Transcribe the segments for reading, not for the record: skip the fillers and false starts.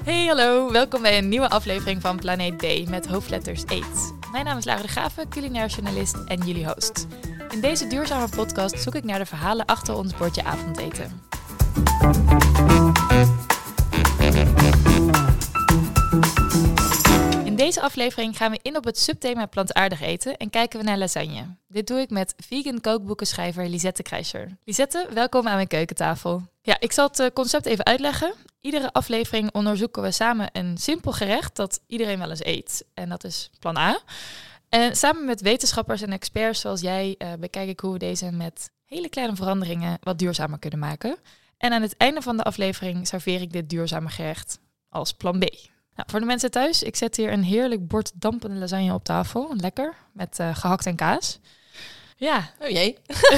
Hey, hallo. Welkom bij een nieuwe aflevering van Planeet B met hoofdletters Eet. Mijn naam is Lara de Graven, culinair journalist en jullie host. In deze duurzame podcast zoek ik naar de verhalen achter ons bordje avondeten. In deze aflevering gaan we in op het subthema plantaardig eten en kijken we naar lasagne. Dit doe ik met vegan kookboekenschrijver Lisette Kreischer. Lisette, welkom aan mijn keukentafel. Ja, ik zal het concept even uitleggen. Iedere aflevering onderzoeken we samen een simpel gerecht dat iedereen wel eens eet. En dat is plan A. En samen met wetenschappers en experts zoals jij bekijk ik hoe we deze met hele kleine veranderingen wat duurzamer kunnen maken. En aan het einde van de aflevering serveer ik dit duurzame gerecht als plan B. Nou, voor de mensen thuis, ik zet hier een heerlijk bord dampende lasagne op tafel. Lekker, met gehakt en kaas. Ja. Oh jee.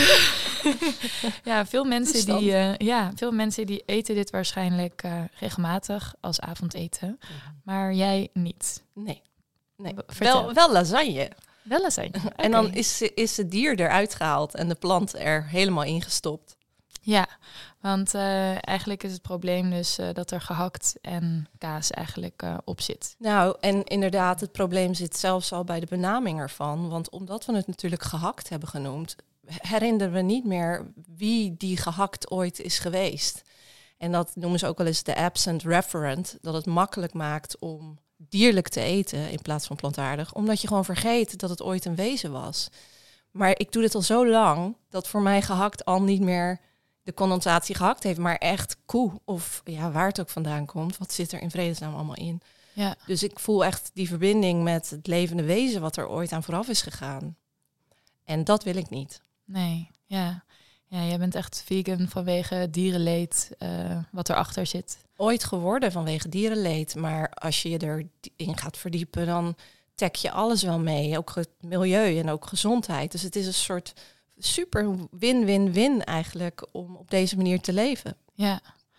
Ja, veel mensen die eten dit waarschijnlijk regelmatig als avondeten. Maar jij niet. Nee. Vertel. Wel lasagne. Wel lasagne. Okay. En dan is het dier eruit gehaald en de plant er helemaal ingestopt. Ja, want eigenlijk is het probleem dus dat er gehakt en kaas eigenlijk op zit. Nou, en inderdaad, het probleem zit zelfs al bij de benaming ervan. Want omdat we het natuurlijk gehakt hebben genoemd, herinneren we niet meer wie die gehakt ooit is geweest. En dat noemen ze ook wel eens de absent referent, dat het makkelijk maakt om dierlijk te eten in plaats van plantaardig, omdat je gewoon vergeet dat het ooit een wezen was. Maar ik doe dit al zo lang dat voor mij gehakt al niet meer de connotatie gehakt heeft, maar echt koe of ja, waar het ook vandaan komt. Wat zit er in vredesnaam allemaal in? Ja. Dus ik voel echt die verbinding met het levende wezen wat er ooit aan vooraf is gegaan. En dat wil ik niet. Nee, ja. Ja, jij bent echt vegan vanwege dierenleed, wat erachter zit. Ooit geworden vanwege dierenleed, maar als je je erin gaat verdiepen, dan tag je alles wel mee. Ook het milieu en ook gezondheid. Dus het is een soort super win-win-win eigenlijk om op deze manier te leven. Ja,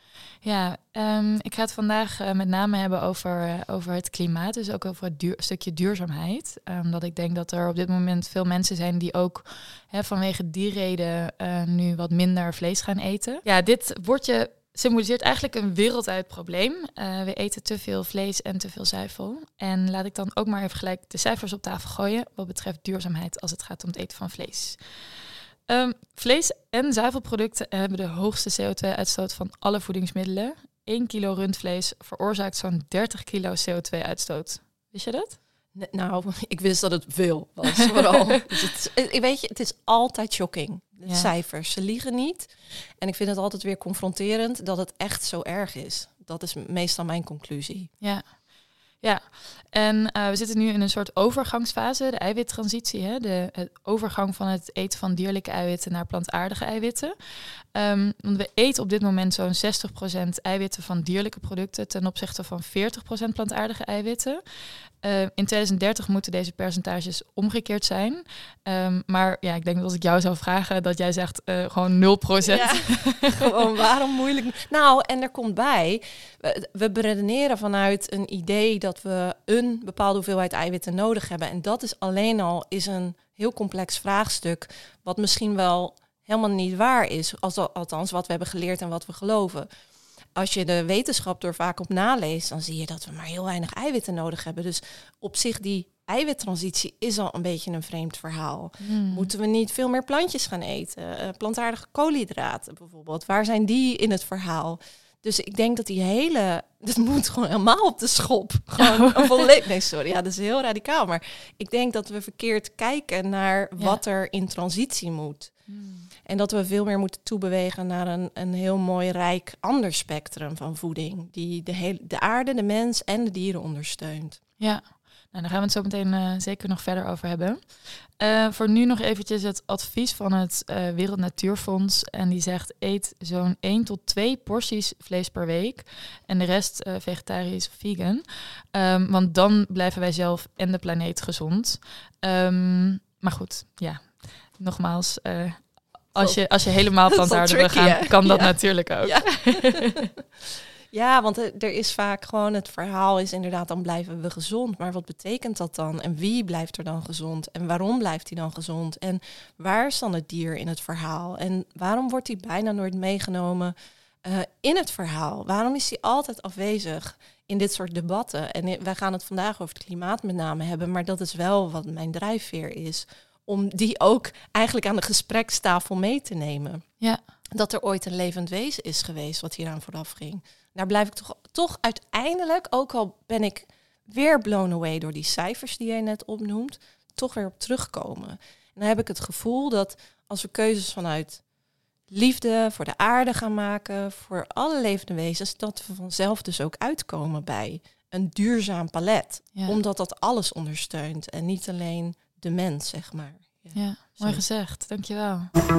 ik ga het vandaag met name hebben over het klimaat, dus ook over het stukje duurzaamheid. Dat ik denk dat er op dit moment veel mensen zijn die ook vanwege die reden nu wat minder vlees gaan eten. Ja, dit bordje symboliseert eigenlijk een wereldwijd probleem. We eten te veel vlees en te veel zuivel. En laat ik dan ook maar even gelijk de cijfers op tafel gooien wat betreft duurzaamheid als het gaat om het eten van vlees. Vlees- en zuivelproducten hebben de hoogste CO2-uitstoot van alle voedingsmiddelen. 1 kilo rundvlees veroorzaakt zo'n 30 kilo CO2-uitstoot. Wist je dat? Nou, ik wist dat het veel was, vooral. Dus het is altijd shocking. De cijfers, ze liegen niet. En ik vind het altijd weer confronterend dat het echt zo erg is. Dat is meestal mijn conclusie. Ja, en we zitten nu in een soort overgangsfase, de eiwittransitie. De overgang van het eten van dierlijke eiwitten naar plantaardige eiwitten. Want we eten op dit moment zo'n 60% eiwitten van dierlijke producten ten opzichte van 40% plantaardige eiwitten. In 2030 moeten deze percentages omgekeerd zijn. Maar ja, ik denk dat als ik jou zou vragen dat jij zegt gewoon 0%. Ja, gewoon waarom moeilijk? Nou, en er komt bij, we beredeneren vanuit een idee dat we een bepaalde hoeveelheid eiwitten nodig hebben. En dat is alleen al een heel complex vraagstuk, wat misschien wel helemaal niet waar is. Althans, wat we hebben geleerd en wat we geloven. Als je de wetenschap er vaak op naleest, dan zie je dat we maar heel weinig eiwitten nodig hebben. Dus op zich die eiwittransitie is al een beetje een vreemd verhaal. Moeten we niet veel meer plantjes gaan eten? Plantaardige koolhydraten bijvoorbeeld. Waar zijn die in het verhaal? Dus ik denk dat dat moet gewoon helemaal op de schop. Nee, sorry, ja, dat is heel radicaal. Maar ik denk dat we verkeerd kijken naar wat er in transitie moet. En dat we veel meer moeten toebewegen naar een heel mooi, rijk, ander spectrum van voeding. Die de aarde, de mens en de dieren ondersteunt. Ja, nou, daar gaan we het zo meteen zeker nog verder over hebben. Voor nu nog eventjes het advies van het Wereld Natuurfonds. En die zegt, eet zo'n 1 tot 2 porties vlees per week. En de rest vegetarisch of vegan. Want dan blijven wij zelf en de planeet gezond. Maar goed, ja, nogmaals, als je helemaal plantaardig wil gaan, kan dat natuurlijk ook. Ja. Ja, want er is vaak gewoon het verhaal is inderdaad, dan blijven we gezond. Maar wat betekent dat dan? En wie blijft er dan gezond? En waarom blijft hij dan gezond? En waar is dan het dier in het verhaal? En waarom wordt hij bijna nooit meegenomen in het verhaal? Waarom is die altijd afwezig in dit soort debatten? En wij gaan het vandaag over het klimaat met name hebben, maar dat is wel wat mijn drijfveer is. Om die ook eigenlijk aan de gesprekstafel mee te nemen. Ja. Dat er ooit een levend wezen is geweest wat hieraan vooraf ging. Daar blijf ik toch uiteindelijk, ook al ben ik weer blown away door die cijfers die jij net opnoemt, toch weer op terugkomen. En dan heb ik het gevoel dat als we keuzes vanuit liefde voor de aarde gaan maken, voor alle levende wezens, dat we vanzelf dus ook uitkomen bij een duurzaam palet. Ja. Omdat dat alles ondersteunt en niet alleen de mens, zeg maar. Ja, mooi gezegd. Dankjewel.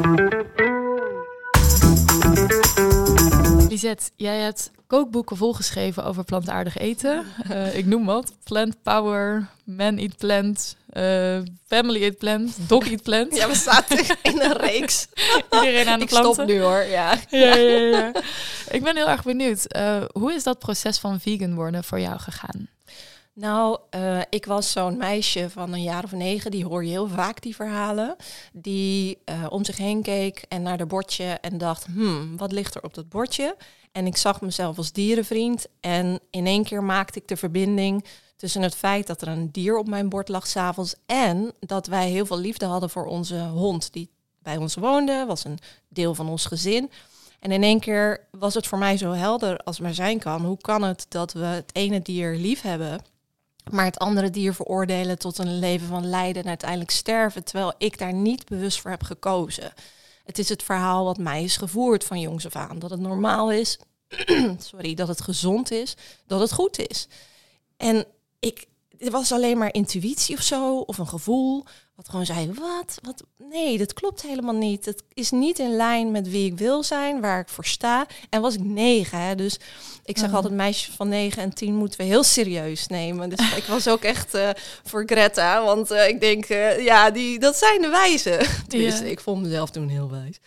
Lisette, jij hebt kookboeken volgeschreven over plantaardig eten. Ik noem wat. Plant Power, Man Eat Plant, Family Eat Plant, Dog Eat Plant. Ja, we staan in een reeks. Iedereen aan de planten. Ik stop nu hoor, ja. Ja. Ik ben heel erg benieuwd. Hoe is dat proces van vegan worden voor jou gegaan? Nou, ik was zo'n meisje van een jaar of 9, die hoor je heel vaak, die verhalen. Die om zich heen keek en naar de bordje en dacht, wat ligt er op dat bordje? En ik zag mezelf als dierenvriend en in één keer maakte ik de verbinding tussen het feit dat er een dier op mijn bord lag 's avonds en dat wij heel veel liefde hadden voor onze hond die bij ons woonde, was een deel van ons gezin. En in één keer was het voor mij zo helder als maar zijn kan. Hoe kan het dat we het ene dier lief hebben, maar het andere dier veroordelen tot een leven van lijden en uiteindelijk sterven, terwijl ik daar niet bewust voor heb gekozen. Het is het verhaal wat mij is gevoerd van jongs af aan. Dat het normaal is, dat het gezond is, dat het goed is. En het was alleen maar intuïtie of zo, of een gevoel, wat gewoon zei, wat? Nee, dat klopt helemaal niet. Het is niet in lijn met wie ik wil zijn, waar ik voor sta. En was ik 9, hè, dus ik zeg altijd, meisjes van 9 en 10 moeten we heel serieus nemen. Dus ik was ook echt voor Greta, want ik denk, dat zijn de wijzen. Dus ik vond mezelf toen heel wijs.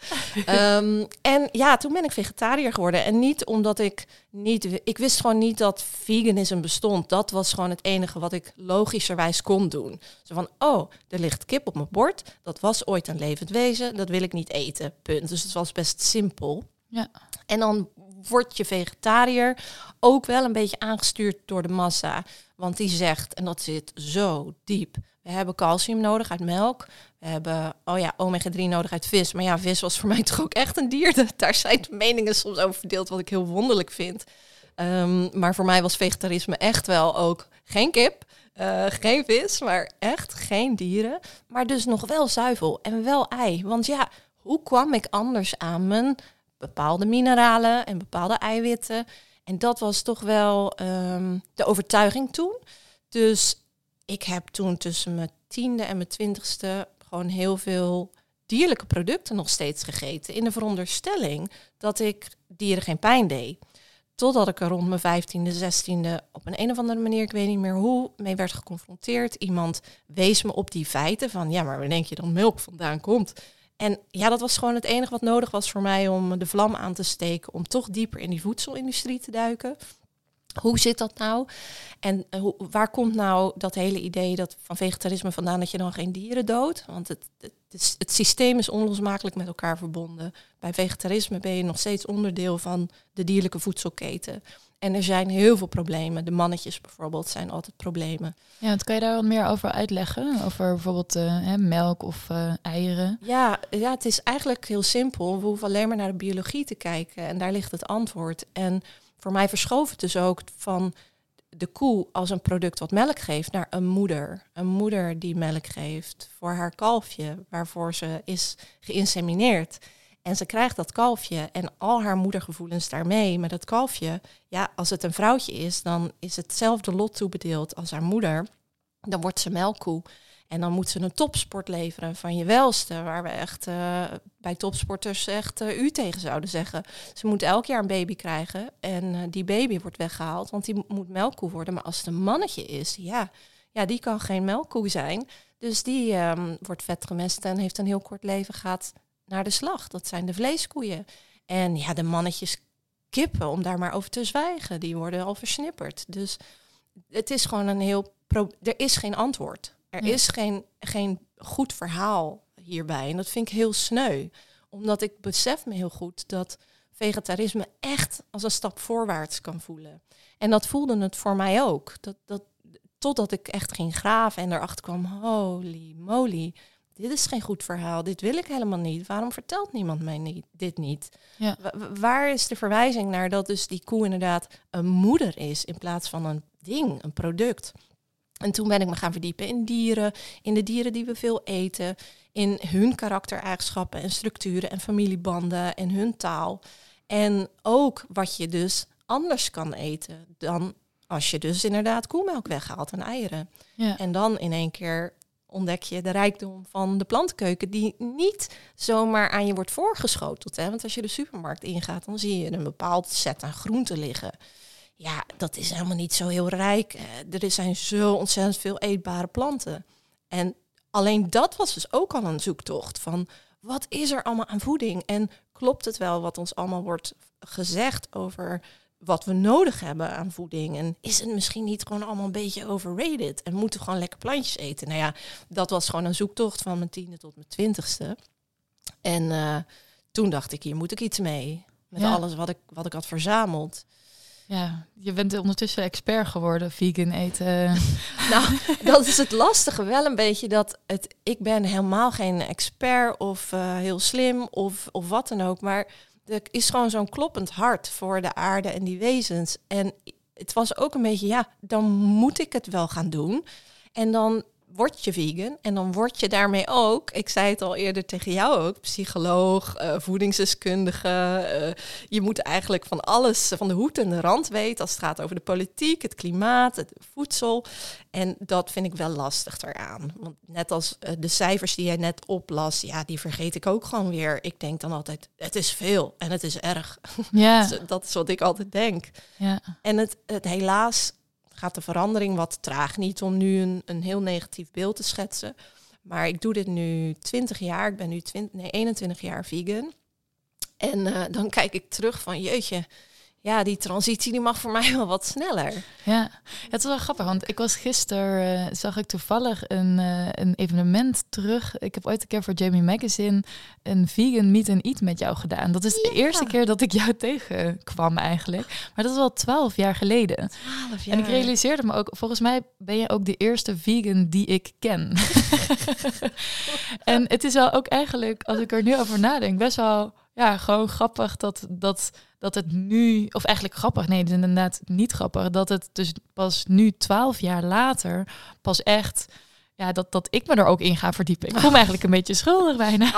En ja, toen ben ik vegetariër geworden. En niet omdat ik wist gewoon niet dat veganisme bestond. Dat was gewoon het enige wat ik logischerwijs kon doen. Zo van, er ligt kip op mijn bord. Dat was ooit een levend wezen. Dat wil ik niet eten. Punt. Dus het was best simpel. Ja. En dan word je vegetariër ook wel een beetje aangestuurd door de massa. Want die zegt, en dat zit zo diep, we hebben calcium nodig uit melk. We hebben omega-3 nodig uit vis. Maar ja, vis was voor mij toch ook echt een dier. Daar zijn de meningen soms over verdeeld, wat ik heel wonderlijk vind. Maar voor mij was vegetarisme echt wel ook geen kip, geen vis, maar echt geen dieren. Maar dus nog wel zuivel en wel ei. Want ja, hoe kwam ik anders aan mijn bepaalde mineralen en bepaalde eiwitten? En dat was toch wel de overtuiging toen. Dus ik heb toen tussen mijn 10e en mijn 20ste gewoon heel veel dierlijke producten nog steeds gegeten. In de veronderstelling dat ik dieren geen pijn deed. Totdat ik er rond mijn 15e, 16e op een of andere manier, ik weet niet meer hoe, mee werd geconfronteerd. Iemand wees me op die feiten van, ja, maar waar denk je dan melk vandaan komt? En ja, dat was gewoon het enige wat nodig was voor mij om de vlam aan te steken, om toch dieper in die voedselindustrie te duiken. Hoe zit dat nou? En waar komt nou dat hele idee van vegetarisme vandaan, dat je dan geen dieren doodt? Want het systeem is onlosmakelijk met elkaar verbonden. Bij vegetarisme ben je nog steeds onderdeel van de dierlijke voedselketen. En er zijn heel veel problemen. De mannetjes bijvoorbeeld zijn altijd problemen. Ja, kan je daar wat meer over uitleggen? Over bijvoorbeeld melk of eieren? Ja, het is eigenlijk heel simpel. We hoeven alleen maar naar de biologie te kijken. En daar ligt het antwoord. En voor mij verschoof het dus ook van de koe als een product wat melk geeft naar een moeder. Een moeder die melk geeft voor haar kalfje, waarvoor ze is geïnsemineerd. En ze krijgt dat kalfje en al haar moedergevoelens daarmee. Maar dat kalfje, ja, als het een vrouwtje is, dan is hetzelfde lot toebedeeld als haar moeder. Dan wordt ze melkkoe. En dan moet ze een topsport leveren van je welste, waar we echt bij topsporters echt u tegen zouden zeggen. Ze moet elk jaar een baby krijgen en die baby wordt weggehaald, want die moet melkkoe worden. Maar als het een mannetje is, ja, die kan geen melkkoe zijn. Dus die wordt vet gemest en heeft een heel kort leven, gaat naar de slag. Dat zijn de vleeskoeien. En ja, de mannetjes kippen, om daar maar over te zwijgen, die worden al versnipperd. Dus het is gewoon er is geen antwoord. Er is geen goed verhaal hierbij. En dat vind ik heel sneu. Omdat ik besef me heel goed dat vegetarisme echt als een stap voorwaarts kan voelen. En dat voelde het voor mij ook. Totdat ik echt ging graven en erachter kwam, holy moly, dit is geen goed verhaal. Dit wil ik helemaal niet. Waarom vertelt niemand mij dit niet? Ja. Waar is de verwijzing naar dat dus die koe inderdaad een moeder is in plaats van een ding, een product? En toen ben ik me gaan verdiepen in dieren, in de dieren die we veel eten, in hun karaktereigenschappen en structuren en familiebanden en hun taal. En ook wat je dus anders kan eten dan als je dus inderdaad koemelk weghaalt en eieren. Ja. En dan in één keer ontdek je de rijkdom van de plantenkeuken die niet zomaar aan je wordt voorgeschoteld. Hè? Want als je de supermarkt ingaat, dan zie je een bepaald set aan groenten liggen. Ja, dat is helemaal niet zo heel rijk. Er zijn zo ontzettend veel eetbare planten. En alleen dat was dus ook al een zoektocht van wat is er allemaal aan voeding? En klopt het wel wat ons allemaal wordt gezegd over wat we nodig hebben aan voeding? En is het misschien niet gewoon allemaal een beetje overrated? En moeten we gewoon lekker plantjes eten? Nou ja, dat was gewoon een zoektocht van mijn 10e tot mijn 20e. En toen dacht ik, hier moet ik iets mee. Met alles wat ik had verzameld. Ja, je bent ondertussen expert geworden, vegan eten. Nou, dat is het lastige wel een beetje. Ik ben helemaal geen expert of heel slim of wat dan ook. Maar er is gewoon zo'n kloppend hart voor de aarde en die wezens. En het was ook een beetje, dan moet ik het wel gaan doen. En dan word je vegan en dan word je daarmee ook, ik zei het al eerder tegen jou ook, psycholoog, voedingsdeskundige. Je moet eigenlijk van alles, van de hoed en de rand weten als het gaat over de politiek, het klimaat, het voedsel. En dat vind ik wel lastig eraan. Want net als de cijfers die jij net oplas, die vergeet ik ook gewoon weer. Ik denk dan altijd, het is veel en het is erg. Ja. Dat is wat ik altijd denk. Ja. En het helaas gaat de verandering wat traag. Niet om nu een heel negatief beeld te schetsen. Maar ik doe dit nu 20 jaar. Ik ben nu 21 jaar vegan. En dan kijk ik terug van jeetje. Ja, die transitie die mag voor mij wel wat sneller. Ja, het is wel grappig, want ik was gisteren, zag ik toevallig een evenement terug. Ik heb ooit een keer voor Jamie Magazine een vegan meet and eat met jou gedaan. Dat is de eerste keer dat ik jou tegenkwam eigenlijk. Maar dat is al 12 jaar geleden. 12 jaar. En ik realiseerde me ook, volgens mij ben je ook de eerste vegan die ik ken. En het is wel ook eigenlijk, als ik er nu over nadenk, best wel gewoon grappig dat het nu, of eigenlijk grappig, nee, het is inderdaad niet grappig, dat het dus pas nu 12 jaar later pas echt, dat ik me er ook in ga verdiepen. Ik voel me eigenlijk een beetje schuldig bijna.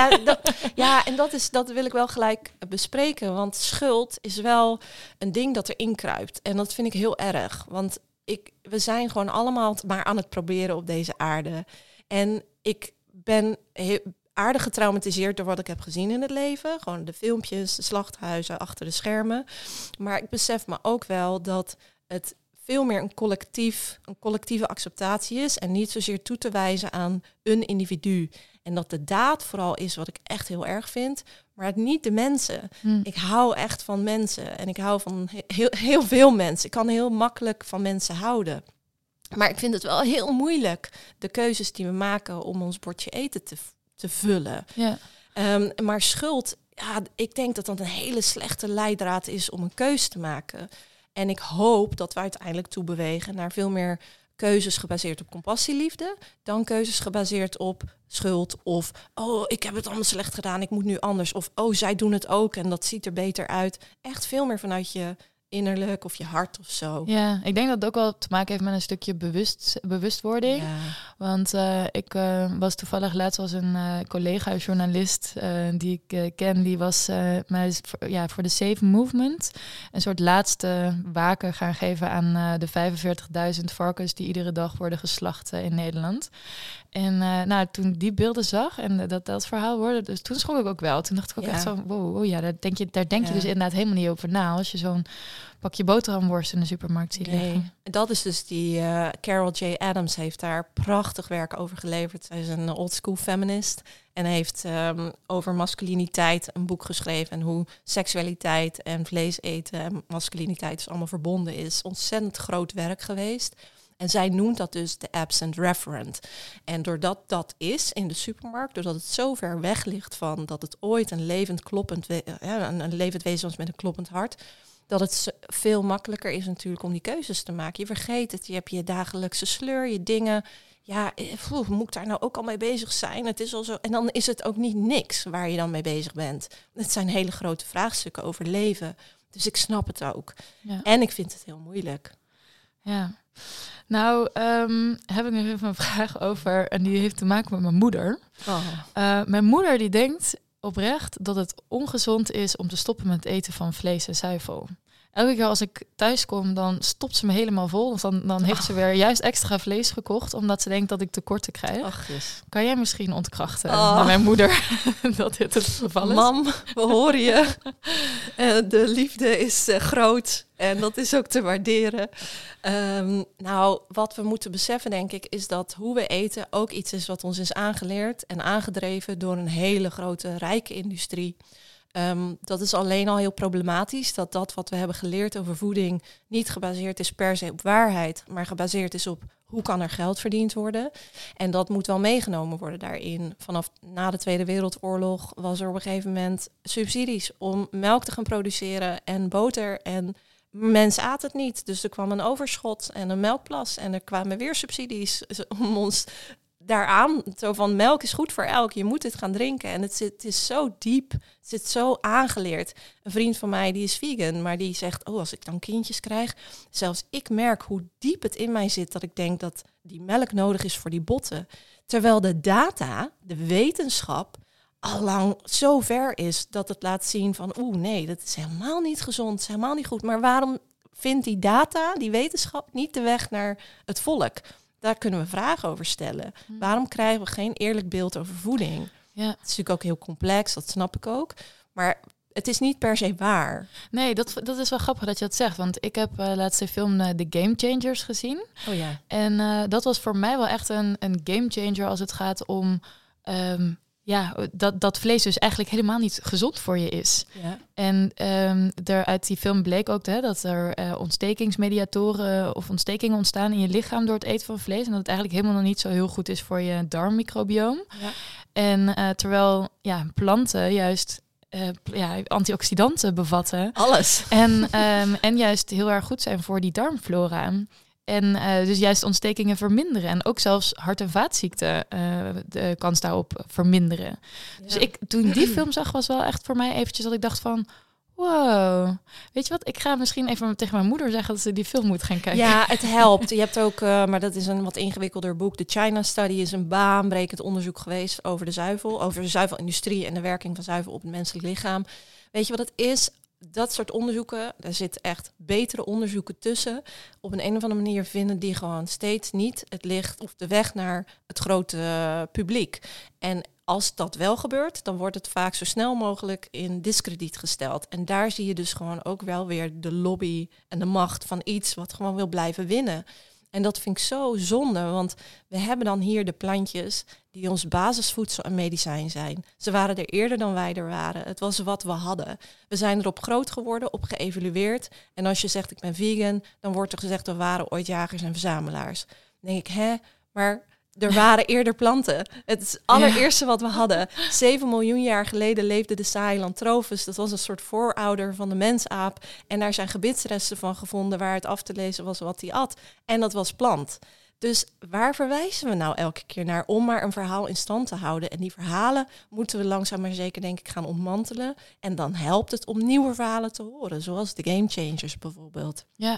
En dat wil ik wel gelijk bespreken, want schuld is wel een ding dat erin kruipt. En dat vind ik heel erg, want we zijn gewoon allemaal maar aan het proberen op deze aarde. En ik ben aardig getraumatiseerd door wat ik heb gezien in het leven. Gewoon de filmpjes, de slachthuizen, achter de schermen. Maar ik besef me ook wel dat het veel meer een collectieve acceptatie is en niet zozeer toe te wijzen aan een individu. En dat de daad vooral is wat ik echt heel erg vind, maar het niet de mensen. Ik hou echt van mensen en ik hou van heel veel mensen. Ik kan heel makkelijk van mensen houden. Maar ik vind het wel heel moeilijk, de keuzes die we maken om ons bordje eten te vullen. Ja. Maar schuld, ik denk dat dat een hele slechte leidraad is om een keuze te maken. En ik hoop dat we uiteindelijk toe bewegen naar veel meer keuzes gebaseerd op compassieliefde, dan keuzes gebaseerd op schuld of ik heb het allemaal slecht gedaan, ik moet nu anders. Of zij doen het ook en dat ziet er beter uit. Echt veel meer vanuit je innerlijk of je hart of zo. Ja, ik denk dat het ook wel te maken heeft met een stukje bewustwording. Ja. Want ik was toevallig laatst als een collega-journalist die ik ken, die was voor de Safe Movement een soort laatste waken gaan geven aan de 45.000 varkens die iedere dag worden geslacht in Nederland. En toen die beelden zag en dat verhaal hoorde, dus toen schrok ik ook wel. Toen dacht ik ook echt zo, wow, daar denk je dus inderdaad helemaal niet over na als je zo'n pakje boterhamworst in de supermarkt ziet liggen. Dat is dus die Carol J. Adams heeft daar prachtig werk over geleverd. Zij is een oldschool feminist en heeft over masculiniteit een boek geschreven en hoe seksualiteit en vlees eten en masculiniteit dus allemaal verbonden is. Ontzettend groot werk geweest. En zij noemt dat dus de absent referent. En doordat dat is in de supermarkt, doordat het zo ver weg ligt van dat het ooit een levend wezen was met een kloppend hart, dat het veel makkelijker is natuurlijk om die keuzes te maken. Je vergeet het, je hebt je dagelijkse sleur, je dingen. Ja, moet ik daar nou ook al mee bezig zijn? Het is al zo. En dan is het ook niet niks waar je dan mee bezig bent. Het zijn hele grote vraagstukken over leven. Dus ik snap het ook. Ja. En ik vind het heel moeilijk. Ja. Nou, heb ik nog even een vraag over. En die heeft te maken met mijn moeder. Mijn moeder die denkt oprecht dat het ongezond is om te stoppen met het eten van vlees en zuivel. Elke keer als ik thuis kom, dan stopt ze me helemaal vol. Want dan heeft ze weer juist extra vlees gekocht, omdat ze denkt dat ik tekorten krijg. Ach, yes. Kan jij misschien ontkrachten naar mijn moeder dat dit het geval is? Mam, we horen je. De liefde is groot en dat is ook te waarderen. Nou, wat we moeten beseffen, denk ik, is dat hoe we eten ook iets is wat ons is aangeleerd en aangedreven door een hele grote, rijke industrie. Dat is alleen al heel problematisch, dat wat we hebben geleerd over voeding niet gebaseerd is per se op waarheid, maar gebaseerd is op hoe kan er geld verdiend worden. En dat moet wel meegenomen worden daarin. Vanaf na de Tweede Wereldoorlog was er op een gegeven moment subsidies om melk te gaan produceren en boter. En mensen aten het niet, dus er kwam een overschot en een melkplas en er kwamen weer subsidies om ons daaraan, zo van melk is goed voor elk, je moet dit gaan drinken. En het is zo diep, het zit zo aangeleerd. Een vriend van mij, die is vegan, maar die zegt, als ik dan kindjes krijg, zelfs ik merk hoe diep het in mij zit, dat ik denk dat die melk nodig is voor die botten. Terwijl de data, de wetenschap, allang zo ver is dat het laat zien van, nee, dat is helemaal niet gezond, dat is helemaal niet goed. Maar waarom vindt die data, die wetenschap, niet de weg naar het volk? Daar kunnen we vragen over stellen. Waarom krijgen we geen eerlijk beeld over voeding? Ja. Het is natuurlijk ook heel complex, dat snap ik ook. Maar het is niet per se waar. Nee, dat is wel grappig dat je dat zegt. Want ik heb laatst de film The Game Changers gezien. Oh ja. En dat was voor mij wel echt een game changer als het gaat om dat vlees dus eigenlijk helemaal niet gezond voor je is. Ja. En uit die film bleek ook dat er ontstekingsmediatoren of ontstekingen ontstaan in je lichaam door het eten van vlees. En dat het eigenlijk helemaal nog niet zo heel goed is voor je darmmicrobioom. Ja. En terwijl planten juist antioxidanten bevatten. Alles. En juist heel erg goed zijn voor die darmflora. En dus juist ontstekingen verminderen. En ook zelfs hart- en vaatziekten de kans daarop verminderen. Ja. Dus toen ik die film zag, was wel echt voor mij eventjes dat ik dacht van, wow, weet je wat? Ik ga misschien even tegen mijn moeder zeggen dat ze die film moet gaan kijken. Ja, het helpt. Je hebt ook, maar dat is een wat ingewikkelder boek. De China Study is een baanbrekend onderzoek geweest over de zuivelindustrie en de werking van zuivel op het menselijk lichaam. Weet je wat het is? Dat soort onderzoeken, daar zitten echt betere onderzoeken tussen. Op een of andere manier vinden die gewoon steeds niet het licht of de weg naar het grote publiek. En als dat wel gebeurt, dan wordt het vaak zo snel mogelijk in diskrediet gesteld. En daar zie je dus gewoon ook wel weer de lobby en de macht van iets wat gewoon wil blijven winnen. En dat vind ik zo zonde, want we hebben dan hier de plantjes die ons basisvoedsel en medicijn zijn. Ze waren er eerder dan wij er waren. Het was wat we hadden. We zijn erop groot geworden, op geëvalueerd. En als je zegt ik ben vegan, dan wordt er gezegd we waren ooit jagers en verzamelaars. Dan denk ik, maar er waren eerder planten. Het is het allereerste wat we hadden. 7 miljoen jaar geleden leefde de Sahelanthropus. Dat was een soort voorouder van de mensaap. En daar zijn gebitsresten van gevonden waar het af te lezen was wat hij at. En dat was plant. Dus waar verwijzen we nou elke keer naar om maar een verhaal in stand te houden? En die verhalen moeten we langzaam maar zeker denk ik gaan ontmantelen. En dan helpt het om nieuwe verhalen te horen. Zoals de Game Changers bijvoorbeeld. Ja.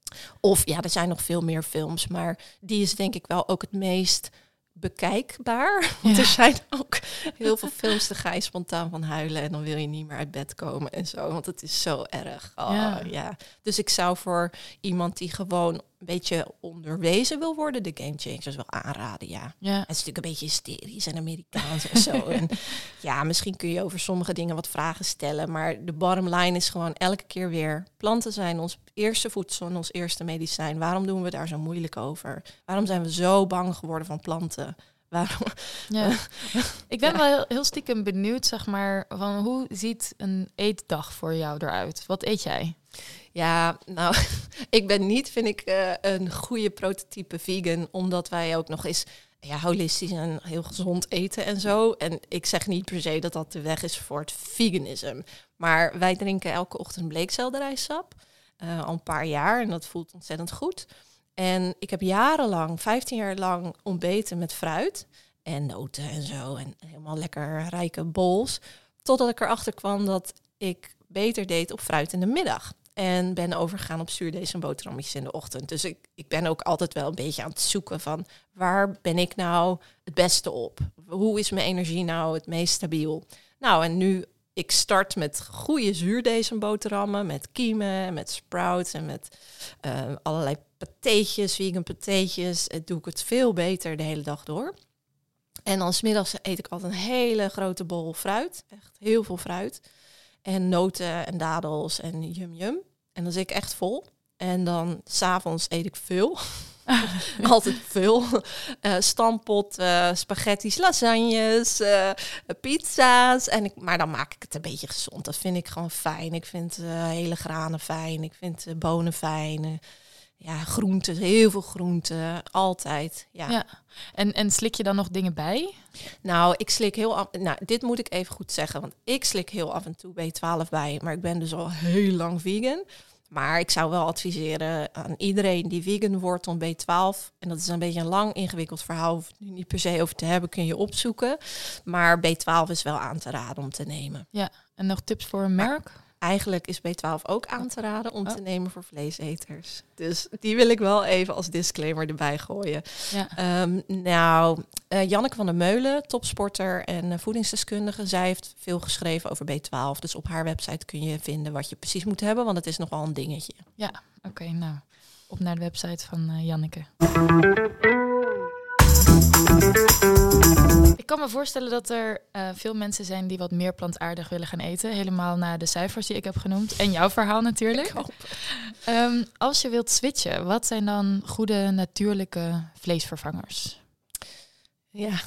Of er zijn nog veel meer films, maar die is denk ik wel ook het meest bekijkbaar. Want er zijn ook heel veel films, daar ga je spontaan van huilen en dan wil je niet meer uit bed komen en zo, want het is zo erg. Ja. Dus ik zou voor iemand die gewoon een beetje onderwezen wil worden, de Game Changers wel aanraden, ja. Het is natuurlijk een beetje hysterisch en Amerikaans en zo. En misschien kun je over sommige dingen wat vragen stellen, maar de bottom line is gewoon elke keer weer, planten zijn ons eerste voedsel en ons eerste medicijn. Waarom doen we daar zo moeilijk over? Waarom zijn we zo bang geworden van planten? Waarom? Ja. Ik ben wel heel stiekem benieuwd, zeg maar, van hoe ziet een eetdag voor jou eruit? Wat eet jij? Ja, nou, ik ben niet, vind ik, een goede prototype vegan, omdat wij ook nog eens holistisch en heel gezond eten en zo. En ik zeg niet per se dat dat de weg is voor het veganisme. Maar wij drinken elke ochtend bleekselderijsap, al een paar jaar, en dat voelt ontzettend goed. En ik heb 15 jaar lang ontbeten met fruit en noten en zo. En helemaal lekker rijke bols. Totdat ik erachter kwam dat ik beter deed op fruit in de middag. En ben overgegaan op zuurdees en boterhammetjes in de ochtend. Dus ik ben ook altijd wel een beetje aan het zoeken van waar ben ik nou het beste op? Hoe is mijn energie nou het meest stabiel? Nou, en nu ik start met goede zuurdees en boterhammen, met kiemen, met sprouts en met allerlei patéetjes, vegan patéetjes. Doe ik het veel beter de hele dag door. En dan 's middags eet ik altijd een hele grote bol fruit. Echt heel veel fruit. En noten en dadels en yum. En dan zit ik echt vol. En dan 's avonds eet ik veel. Altijd veel. Stampot, spaghetti's, lasagnes, pizza's. Maar dan maak ik het een beetje gezond. Dat vind ik gewoon fijn. Ik vind hele granen fijn. Ik vind bonen fijn. Groenten, heel veel groenten. Altijd, ja. En slik je dan nog dingen bij? Nou, ik slik dit moet ik even goed zeggen. Want ik slik heel af en toe B12 bij. Maar ik ben dus al heel lang vegan. Maar ik zou wel adviseren aan iedereen die vegan wordt om B12. En dat is een beetje een lang ingewikkeld verhaal. Hoef je niet per se over te hebben, kun je opzoeken. Maar B12 is wel aan te raden om te nemen. Ja, en nog tips voor een merk? Eigenlijk is B12 ook aan te raden om te nemen voor vleeseters. Dus die wil ik wel even als disclaimer erbij gooien. Ja. Janneke van der Meulen, topsporter en voedingsdeskundige. Zij heeft veel geschreven over B12. Dus op haar website kun je vinden wat je precies moet hebben. Want het is nogal een dingetje. Ja, oké. Nou, op naar de website van Janneke. Ik kan me voorstellen dat er veel mensen zijn die wat meer plantaardig willen gaan eten. Helemaal naar de cijfers die ik heb genoemd. En jouw verhaal natuurlijk. Als je wilt switchen, wat zijn dan goede natuurlijke vleesvervangers? Ja,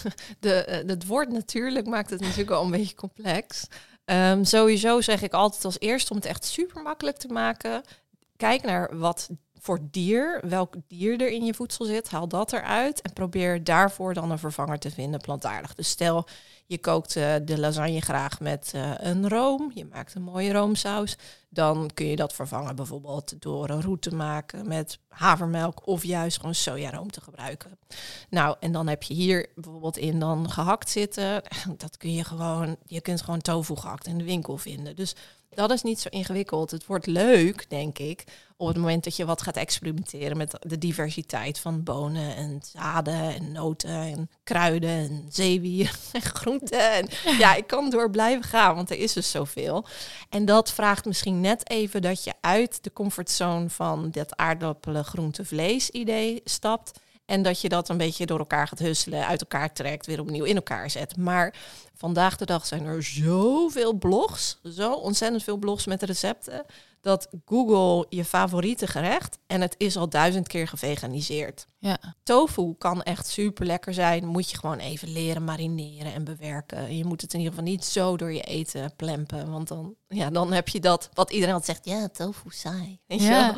het woord natuurlijk maakt het natuurlijk al een beetje complex. Sowieso zeg ik altijd als eerste om het echt super makkelijk te maken. Kijk naar wat voor dier, welk dier er in je voedsel zit, haal dat eruit en probeer daarvoor dan een vervanger te vinden, plantaardig. Dus stel, je kookt de lasagne graag met een room, je maakt een mooie roomsaus, dan kun je dat vervangen bijvoorbeeld door een roux te maken met havermelk of juist gewoon sojaroom te gebruiken. Nou, en dan heb je hier bijvoorbeeld in dan gehakt zitten. Dat kun je kunt gewoon tofu gehakt in de winkel vinden. Dus dat is niet zo ingewikkeld. Het wordt leuk, denk ik, op het moment dat je wat gaat experimenteren met de diversiteit van bonen en zaden en noten en kruiden en zeewier en groenten. En ja, ik kan door blijven gaan, want er is dus zoveel. En dat vraagt misschien net even dat je uit de comfortzone van dat aardappelen, groente, vlees idee stapt. En dat je dat een beetje door elkaar gaat husselen, uit elkaar trekt, weer opnieuw in elkaar zet. Maar vandaag de dag zijn er zoveel blogs, zo ontzettend veel blogs met recepten, dat Google je favoriete gerecht en het is al 1000 keer geveganiseerd. Ja. Tofu kan echt super lekker zijn. Moet je gewoon even leren marineren en bewerken. Je moet het in ieder geval niet zo door je eten plempen. Want dan heb je dat wat iedereen altijd zegt. Ja, tofu saai. Weet je wel?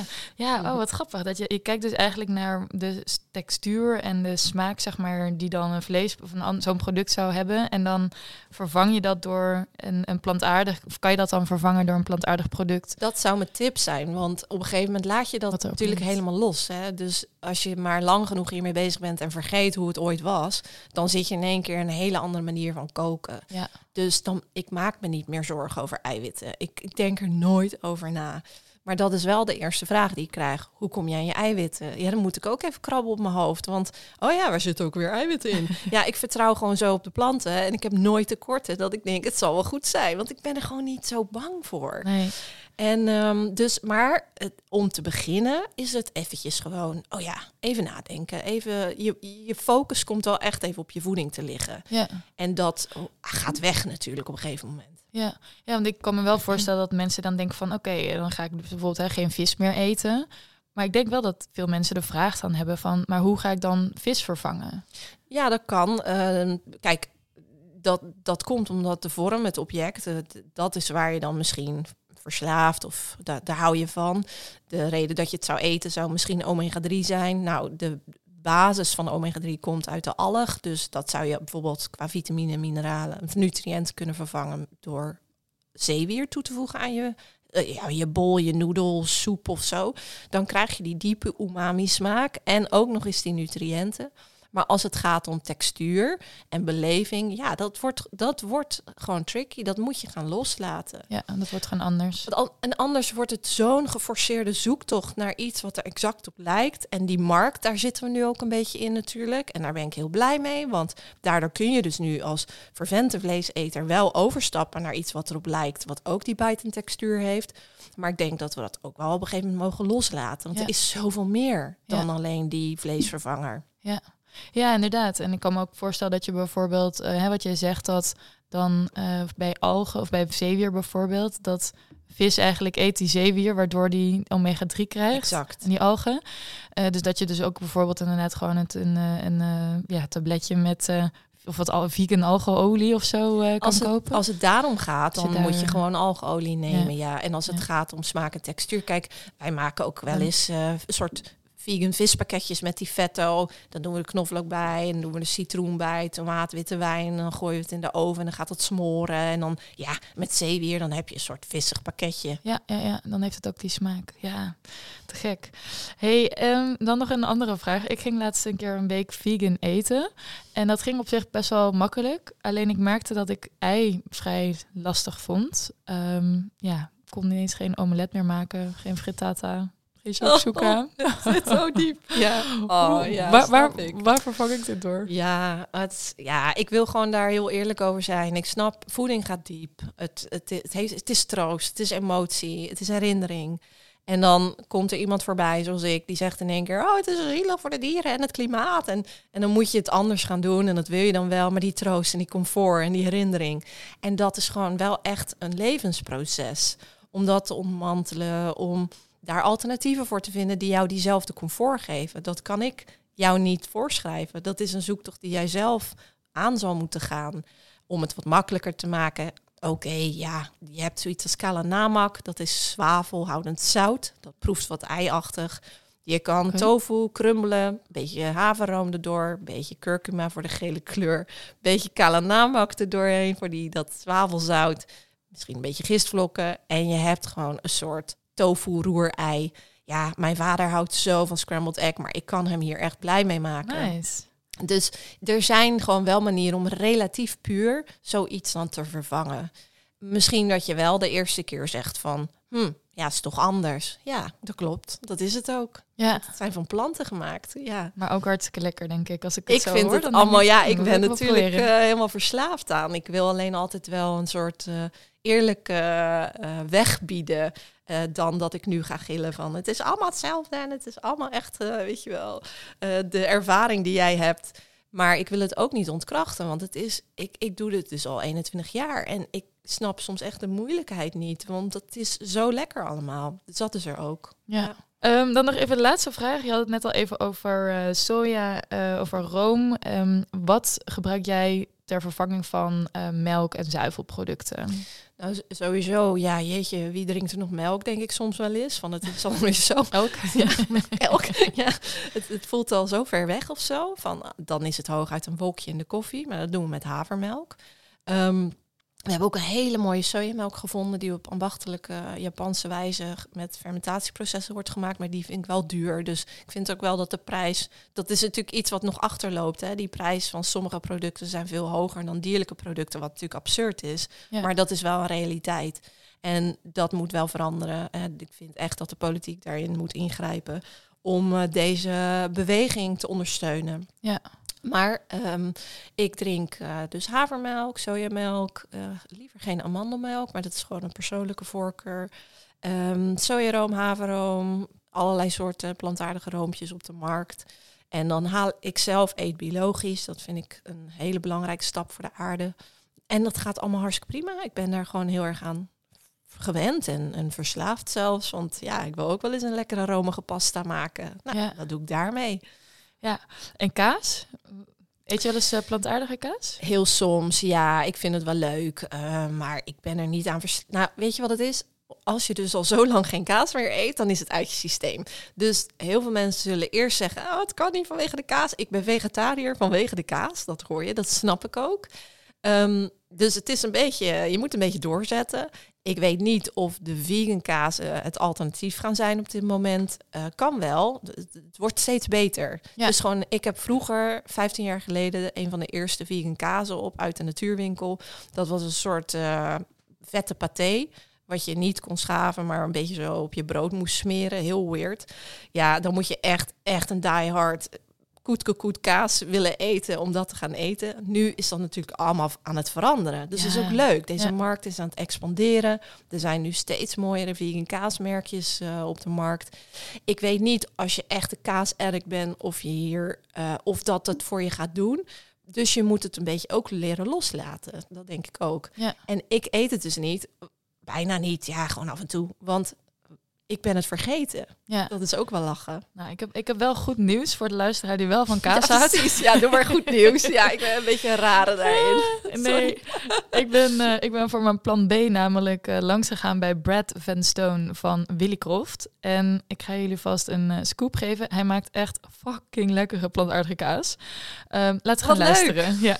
Ja, wat grappig. Dat je kijkt dus eigenlijk naar de textuur en de smaak, zeg maar, die dan een vlees of zo'n product zou hebben. En dan vervang je dat door een plantaardig, of kan je dat dan vervangen door een plantaardig product? Dat zou mijn tip zijn, want op een gegeven moment laat je dat natuurlijk helemaal los. Hè? Dus als je maar lang genoeg hiermee bezig bent en vergeet hoe het ooit was, dan zit je in één keer een hele andere manier van koken. Ja. Dus ik maak me niet meer zorgen over eiwitten. Ik denk er nooit over na. Maar dat is wel de eerste vraag die ik krijg. Hoe kom je aan je eiwitten? Ja, dan moet ik ook even krabben op mijn hoofd. Want, waar zitten ook weer eiwitten in? Ja, ik vertrouw gewoon zo op de planten. En ik heb nooit tekorten dat ik denk, het zal wel goed zijn. Want ik ben er gewoon niet zo bang voor. Nee. En om te beginnen is het eventjes gewoon, even nadenken. Even, je focus komt wel echt even op je voeding te liggen. Ja. En dat gaat weg natuurlijk op een gegeven moment. Ja, want ik kan me wel voorstellen dat mensen dan denken van oké, dan ga ik bijvoorbeeld geen vis meer eten. Maar ik denk wel dat veel mensen de vraag dan hebben van, maar hoe ga ik dan vis vervangen? Ja, dat kan. Kijk, dat komt omdat de vorm, het object, dat is waar je dan misschien verslaafd of daar hou je van. De reden dat je het zou eten zou misschien omega-3 zijn. Nou, de basis van omega-3 komt uit de alg. Dus dat zou je bijvoorbeeld qua vitamine, mineralen of nutriënten kunnen vervangen door zeewier toe te voegen aan je bol, je noedels, soep of zo. Dan krijg je die diepe umami smaak en ook nog eens die nutriënten. Maar als het gaat om textuur en beleving, ja, dat wordt gewoon tricky. Dat moet je gaan loslaten. Ja, dat wordt gewoon anders. En anders wordt het zo'n geforceerde zoektocht naar iets wat er exact op lijkt. En die markt, daar zitten we nu ook een beetje in natuurlijk. En daar ben ik heel blij mee, want daardoor kun je dus nu als vervente vleeseter wel overstappen naar iets wat erop lijkt, wat ook die bite en textuur heeft. Maar ik denk dat we dat ook wel op een gegeven moment mogen loslaten. Want er is zoveel meer dan alleen die vleesvervanger. Ja, inderdaad. En ik kan me ook voorstellen dat je bijvoorbeeld, wat jij zegt, dat dan bij algen of bij zeewier bijvoorbeeld, dat vis eigenlijk eet die zeewier, waardoor die omega-3 krijgt. Exact. En die algen. Dus dat je dus ook bijvoorbeeld inderdaad gewoon een tabletje met of wat vegan algeolie of zo kan kopen. Als het daarom gaat, dan moet je gewoon algeolie nemen. Ja. En als het gaat om smaak en textuur. Kijk, wij maken ook wel eens een soort vegan vispakketjes met die vetto. Dan doen we de knoflook bij en doen we de citroen bij, tomaat, witte wijn. En dan gooien we het in de oven en dan gaat het smoren. En dan, ja, met zeewier, dan heb je een soort vissig pakketje. Ja, dan heeft het ook die smaak. Ja, te gek. Hey, dan nog een andere vraag. Ik ging laatst een keer een week vegan eten. En dat ging op zich best wel makkelijk. Alleen ik merkte dat ik ei vrij lastig vond. Ik kon ineens geen omelet meer maken, geen frittata. Is je ook zoeken aan? Het zit zo diep. Ja. Waar vervang ik dit door? Ja, ik wil gewoon daar heel eerlijk over zijn. Ik snap, voeding gaat diep. Het is troost, het is emotie, het is herinnering. En dan komt er iemand voorbij, zoals ik, die zegt in één keer, het is zielig voor de dieren en het klimaat. En dan moet je het anders gaan doen en dat wil je dan wel. Maar die troost en die comfort en die herinnering. En dat is gewoon wel echt een levensproces. Om dat te ontmantelen, om daar alternatieven voor te vinden die jou diezelfde comfort geven. Dat kan ik jou niet voorschrijven. Dat is een zoektocht die jij zelf aan zal moeten gaan om het wat makkelijker te maken. Oké, je hebt zoiets als kalanamak. Dat is zwavelhoudend zout. Dat proeft wat eiachtig. Je kan tofu crumbelen, een beetje haverroom erdoor, een beetje kurkuma voor de gele kleur, een beetje kalanamak erdoorheen voor dat zwavelzout. Misschien een beetje gistvlokken en je hebt gewoon een soort tofu-roerei. Ja, mijn vader houdt zo van scrambled egg, maar ik kan hem hier echt blij mee maken. Nice. Dus er zijn gewoon wel manieren om relatief puur zoiets dan te vervangen. Misschien dat je wel de eerste keer zegt van, is toch anders. Ja, dat klopt. Dat is het ook. Ja. Het zijn van planten gemaakt. Ja. Maar ook hartstikke lekker, denk ik. Als ik het zo vind hoor, het dan allemaal. ik ben natuurlijk helemaal verslaafd aan. Ik wil alleen altijd wel een soort eerlijke weg bieden. Dan dat ik nu ga gillen van het is allemaal hetzelfde en het is allemaal echt, weet je wel, de ervaring die jij hebt. Maar ik wil het ook niet ontkrachten, want het is, ik doe dit dus al 21 jaar en ik snap soms echt de moeilijkheid niet, want het is zo lekker allemaal. Dus dat is er ook. Ja. Dan nog even de laatste vraag. Je had het net al even over soja, over room. Wat gebruik jij ter vervanging van melk en zuivelproducten? Nou, sowieso, jeetje, wie drinkt er nog melk, denk ik soms wel eens. Van het is alweer zo. Elk? Elk, ja. Het voelt al zo ver weg of zo. Dan is het hooguit een wolkje in de koffie, maar dat doen we met havermelk. We hebben ook een hele mooie sojamelk gevonden die op ambachtelijke Japanse wijze met fermentatieprocessen wordt gemaakt. Maar die vind ik wel duur. Dus ik vind ook wel dat de prijs, dat is natuurlijk iets wat nog achterloopt. Hè. Die prijs van sommige producten zijn veel hoger dan dierlijke producten, wat natuurlijk absurd is. Ja. Maar dat is wel een realiteit. En dat moet wel veranderen. Ik vind echt dat de politiek daarin moet ingrijpen om deze beweging te ondersteunen. Ja. Maar ik drink dus havermelk, sojamelk, liever geen amandelmelk, maar dat is gewoon een persoonlijke voorkeur. Sojaroom, haverroom, allerlei soorten plantaardige roompjes op de markt. En dan eet biologisch, dat vind ik een hele belangrijke stap voor de aarde. En dat gaat allemaal hartstikke prima. Ik ben daar gewoon heel erg aan gewend en verslaafd zelfs. Want ja, ik wil ook wel eens een lekkere romige pasta maken. Nou, dat doe ik daarmee. Ja, en kaas? Eet je wel eens plantaardige kaas? Heel soms, ja. Ik vind het wel leuk. Maar ik ben er niet aan Nou, weet je wat het is? Als je dus al zo lang geen kaas meer eet, dan is het uit je systeem. Dus heel veel mensen zullen eerst zeggen, het kan niet vanwege de kaas. Ik ben vegetariër vanwege de kaas. Dat hoor je, dat snap ik ook. Dus het is een beetje, je moet een beetje doorzetten. Ik weet niet of de vegan kaas het alternatief gaan zijn op dit moment. Kan wel. Het wordt steeds beter. Ja. Dus gewoon, ik heb vroeger, 15 jaar geleden, een van de eerste vegan kazen op uit de natuurwinkel. Dat was een soort vette paté, wat je niet kon schaven, maar een beetje zo op je brood moest smeren. Heel weird. Ja, dan moet je echt een diehard koet kaas willen eten om dat te gaan eten. Nu is dat natuurlijk allemaal aan het veranderen. Dus dat is ook leuk. Deze markt is aan het expanderen. Er zijn nu steeds mooiere vegan kaasmerkjes op de markt. Ik weet niet, als je echt een kaasaddict bent, of je hier of dat het voor je gaat doen. Dus je moet het een beetje ook leren loslaten. Dat denk ik ook. Ja. En ik eet het dus niet. Bijna niet. Ja, gewoon af en toe. Want ik ben het vergeten. Ja. Dat is ook wel lachen. Nou, ik heb wel goed nieuws voor de luisteraar die wel van kaas houdt. Precies. Ja, doe maar goed nieuws. Ja, ik ben een beetje een rare daarin. Nee, ik ben voor mijn plan B namelijk langs gegaan bij Brad Van Stone van Willy Croft. En ik ga jullie vast een scoop geven. Hij maakt echt fucking lekkere plantaardige kaas. Laten we gaan luisteren. Ja.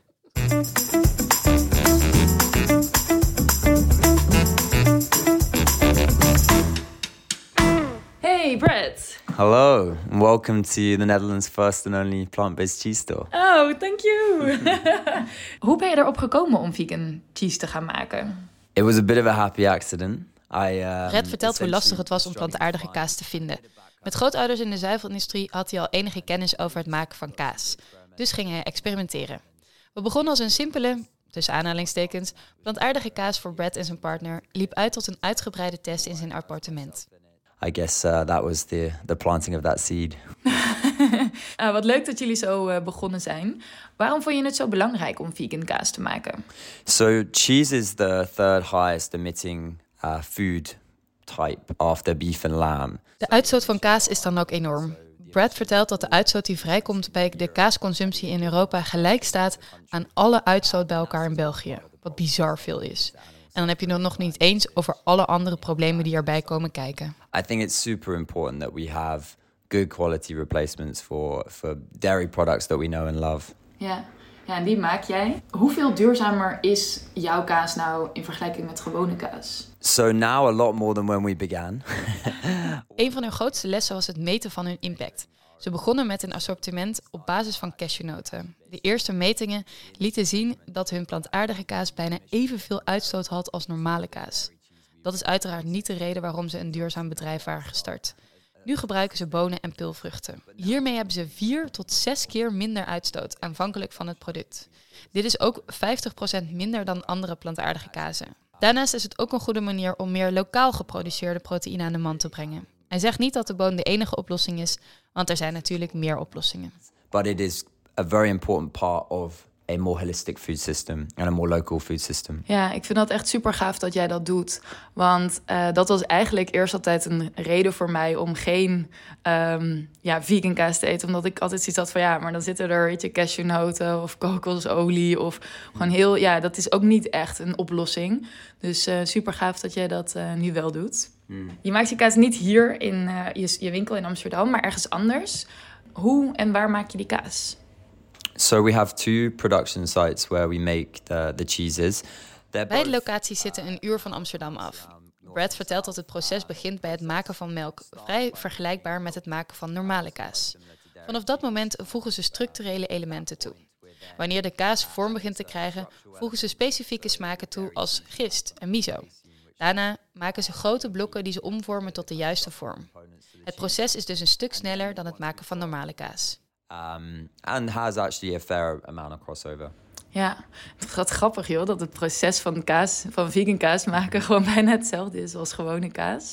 Hey Brad. Hello, and welcome to the Netherlands' first and only plant-based cheese store. Oh, thank you. Hoe ben je erop gekomen om vegan cheese te gaan maken? It was a bit of a happy accident. Brad vertelt hoe lastig het was om plantaardige kaas te vinden. Met grootouders in de zuivelindustrie had hij al enige kennis over het maken van kaas. Dus ging hij experimenteren. We begonnen als een simpele, tussen aanhalingstekens, plantaardige kaas voor Brad en zijn partner, liep uit tot een uitgebreide test in zijn appartement. I guess that was the planting of that seed. Wat leuk dat jullie zo begonnen zijn. Waarom vond je het zo belangrijk om vegan kaas te maken? So cheese is the third highest emitting food type after beef and lamb. De uitstoot van kaas is dan ook enorm. Brad vertelt dat de uitstoot die vrijkomt bij de kaasconsumptie in Europa gelijk staat aan alle uitstoot bij elkaar in België. Wat bizar veel is. En dan heb je het nog niet eens over alle andere problemen die erbij komen kijken. I think it's super important that we have good quality replacements for dairy products that we know and love. Ja, en die maak jij. Hoeveel duurzamer is jouw kaas nou in vergelijking met gewone kaas? So now a lot more than when we began. Een van hun grootste lessen was het meten van hun impact. Ze begonnen met een assortiment op basis van cashewnoten. De eerste metingen lieten zien dat hun plantaardige kaas bijna evenveel uitstoot had als normale kaas. Dat is uiteraard niet de reden waarom ze een duurzaam bedrijf waren gestart. Nu gebruiken ze bonen en peulvruchten. Hiermee hebben ze 4 tot 6 keer minder uitstoot, afhankelijk van het product. Dit is ook 50% minder dan andere plantaardige kazen. Daarnaast is het ook een goede manier om meer lokaal geproduceerde proteïne aan de man te brengen. Hij zegt niet dat de boon de enige oplossing is, want er zijn natuurlijk meer oplossingen. But it is a very important part of a more holistic food system and a more local food system. Ja, ik vind dat echt super gaaf dat jij dat doet. Want dat was eigenlijk eerst altijd een reden voor mij om geen vegan kaas te eten. Omdat ik altijd zoiets had van maar dan zitten er cashewnoten of kokosolie of gewoon heel... dat is ook niet echt een oplossing. Dus super gaaf dat jij dat nu wel doet. Je maakt je kaas niet hier in je winkel in Amsterdam, maar ergens anders. Hoe en waar maak je die kaas? So we have 2 production sites where we make the cheeses. Beide locaties zitten een uur van Amsterdam af. Brad vertelt dat het proces begint bij het maken van melk, vrij vergelijkbaar met het maken van normale kaas. Vanaf dat moment voegen ze structurele elementen toe. Wanneer de kaas vorm begint te krijgen, voegen ze specifieke smaken toe als gist en miso. Daarna maken ze grote blokken die ze omvormen tot de juiste vorm. Het proces is dus een stuk sneller dan het maken van normale kaas. And has actually a fair amount of crossover. Ja, het gaat grappig joh, dat het proces van vegan kaas maken gewoon bijna hetzelfde is als gewone kaas.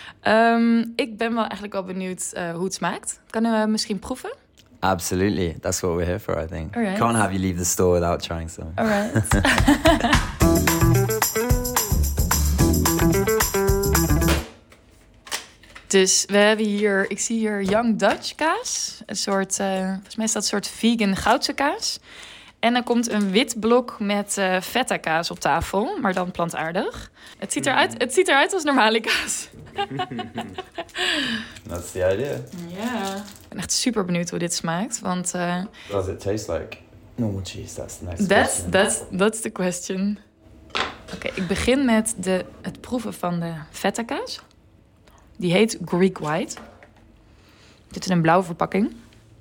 Ik ben wel eigenlijk wel benieuwd hoe het smaakt. Kunnen we misschien proeven? Absolutely, that's what we're here for, I think. Alright. Can't have you leave the store without trying some. Alright. Dus we hebben hier, ik zie hier Young Dutch kaas. Een soort, volgens mij is dat een soort vegan goudse kaas. En dan komt een wit blok met feta kaas op tafel, maar dan plantaardig. Het ziet eruit als normale kaas. That's the idea. Ja. Ik ben echt super benieuwd hoe dit smaakt, want... Does it taste like normal cheese? That's the next question. That's the question. Oké, ik begin met het proeven van de feta kaas. Die heet Greek White. Dit is een blauwe verpakking.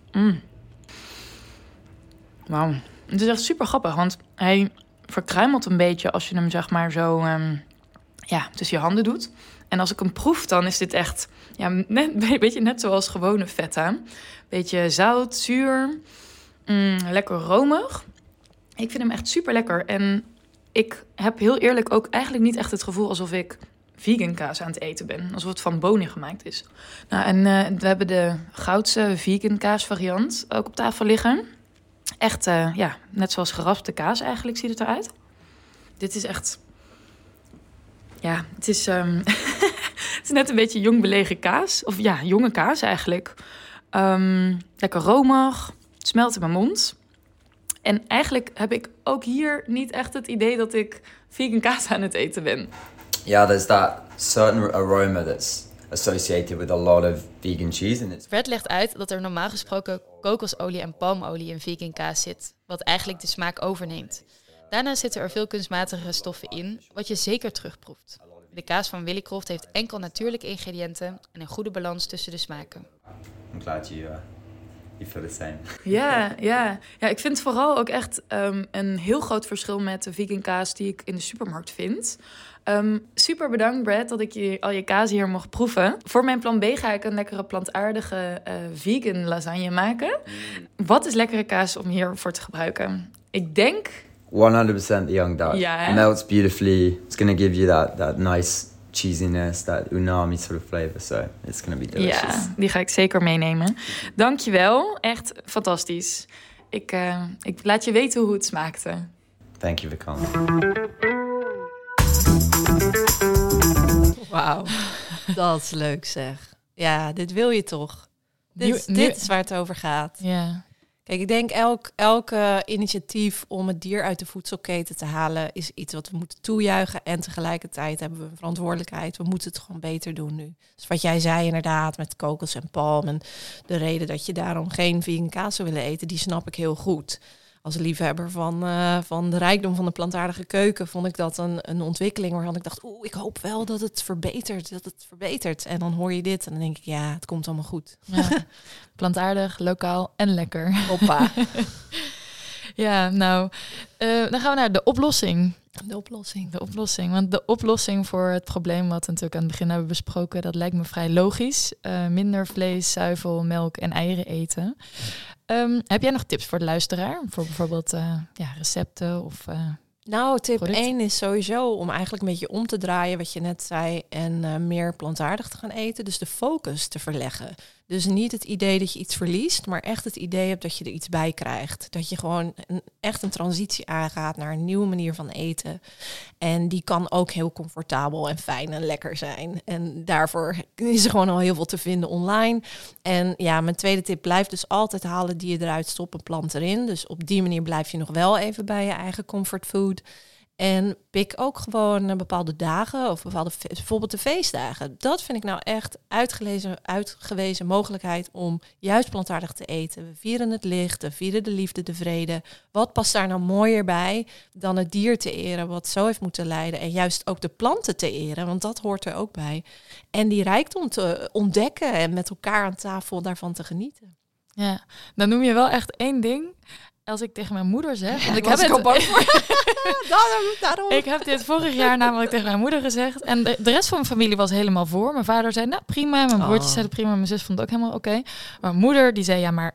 Wauw. Het is echt super grappig, want hij verkruimelt een beetje als je hem zeg maar zo tussen je handen doet. En als ik hem proef, dan is dit echt net zoals gewone feta. Beetje zout, zuur, lekker romig. Ik vind hem echt super lekker. En ik heb heel eerlijk ook eigenlijk niet echt het gevoel alsof ik vegan kaas aan het eten ben. Alsof het van bonen gemaakt is. Nou, en we hebben de goudse vegan kaas variant ook op tafel liggen. Echt, net zoals geraspte kaas eigenlijk ziet het eruit. Dit is echt... Ja, het is, het is net een beetje jong belegen kaas. Of ja, jonge kaas eigenlijk. Lekker romig. Het smelt in mijn mond. En eigenlijk heb ik ook hier niet echt het idee dat ik vegan kaas aan het eten ben. Yeah, there's that certain aroma that's associated with a lot of vegan cheese. And it's... Fred legt uit dat er normaal gesproken kokosolie en palmolie in vegan kaas zit, wat eigenlijk de smaak overneemt. Daarnaast zitten er veel kunstmatige stoffen in, wat je zeker terugproeft. De kaas van Willicroft heeft enkel natuurlijke ingrediënten en een goede balans tussen de smaken. I'm glad you feel the same. Ja, ik vind vooral ook echt een heel groot verschil met de vegan kaas die ik in de supermarkt vind. Super bedankt, Brad, dat ik al je kaas hier mocht proeven. Voor mijn plan B ga ik een lekkere plantaardige vegan lasagne maken. Wat is lekkere kaas om hiervoor te gebruiken? Ik denk... 100% the Young Dutch. Yeah. It melts beautifully. It's going to give you that nice cheesiness, that umami sort of flavor. So it's going to be delicious. Ja, die ga ik zeker meenemen. Dankjewel, echt fantastisch. Ik laat je weten hoe het smaakte. Thank you for coming. Wauw, dat is leuk zeg. Ja, dit wil je toch? Dit is waar het over gaat. Ja. Kijk, ik denk elke initiatief om het dier uit de voedselketen te halen is iets wat we moeten toejuichen. En tegelijkertijd hebben we een verantwoordelijkheid. We moeten het gewoon beter doen nu. Dus wat jij zei inderdaad met kokos en palm. En de reden dat je daarom geen vegan kaas zou willen eten, die snap ik heel goed. Als liefhebber van de rijkdom van de plantaardige keuken vond ik dat een ontwikkeling waarvan ik dacht, ik hoop wel dat het verbetert. En dan hoor je dit en dan denk ik, ja, het komt allemaal goed. Ja. Plantaardig, lokaal en lekker. Hoppa. Ja, nou, dan gaan we naar de oplossing. De oplossing. Want de oplossing voor het probleem wat we natuurlijk aan het begin hebben besproken, dat lijkt me vrij logisch. Minder vlees, zuivel, melk en eieren eten. Heb jij nog tips voor de luisteraar? Voor bijvoorbeeld recepten of... Nou, tip product? 1 is sowieso om eigenlijk een beetje om te draaien wat je net zei en meer plantaardig te gaan eten. Dus de focus te verleggen. Dus niet het idee dat je iets verliest, maar echt het idee hebt dat je er iets bij krijgt. Dat je gewoon echt een transitie aangaat naar een nieuwe manier van eten. En die kan ook heel comfortabel en fijn en lekker zijn. En daarvoor is er gewoon al heel veel te vinden online. En ja, mijn tweede tip, blijf dus altijd halen die je eruit stopt en plant erin. Dus op die manier blijf je nog wel even bij je eigen comfortfood. En pik ook gewoon bepaalde dagen of bijvoorbeeld de feestdagen. Dat vind ik nou echt uitgewezen mogelijkheid om juist plantaardig te eten. We vieren het licht, we vieren de liefde, de vrede. Wat past daar nou mooier bij dan het dier te eren wat zo heeft moeten lijden. En juist ook de planten te eren, want dat hoort er ook bij. En die rijkdom te ontdekken en met elkaar aan tafel daarvan te genieten. Ja, dan noem je wel echt één ding. Als ik tegen mijn moeder zeg... Want ik heb het al bang voor. Daarom. Ik heb dit vorig jaar namelijk tegen mijn moeder gezegd. En de rest van mijn familie was helemaal voor. Mijn vader zei, nou prima. Mijn broertjes zeiden prima. Mijn zus vond het ook helemaal oké. Maar mijn moeder die zei, ja, maar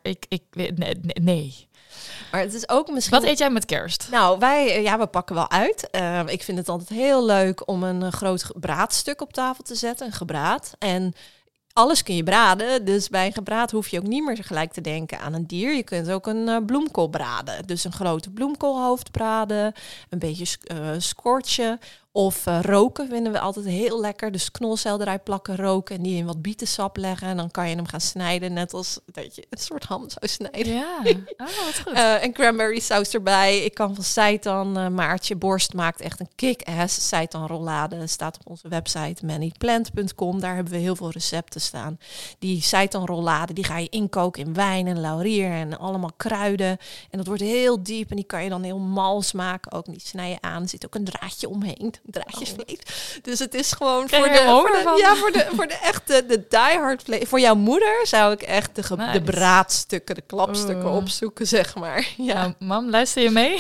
nee. Maar het is ook misschien... Wat eet jij met kerst? Nou, we pakken wel uit. Ik vind het altijd heel leuk om een groot braadstuk op tafel te zetten. Een gebraad. En... alles kun je braden, dus bij een gebraad hoef je ook niet meer gelijk te denken aan een dier. Je kunt ook een bloemkool braden. Dus een grote bloemkoolhoofd braden, een beetje scorchen. Of roken vinden we altijd heel lekker. Dus knolselderij plakken, roken en die in wat bietensap leggen. En dan kan je hem gaan snijden, net als dat je een soort ham zou snijden. Ja, wat goed. En cranberry saus erbij. Ik kan van seitan, Maartje Borst maakt echt een kick-ass seitan rollade. Staat op onze website manyplant.com. Daar hebben we heel veel recepten staan. Die seitan rollade, die ga je inkoken in wijn en laurier en allemaal kruiden. En dat wordt heel diep en die kan je dan heel mals maken. Ook die snij je aan. Er zit ook een draadje omheen. Draadjesvlees. Dus het is gewoon voor de echte, de diehard vlees. Voor jouw moeder zou ik echt de braadstukken, de klapstukken opzoeken, zeg maar. Ja. Nou, mam, luister je mee?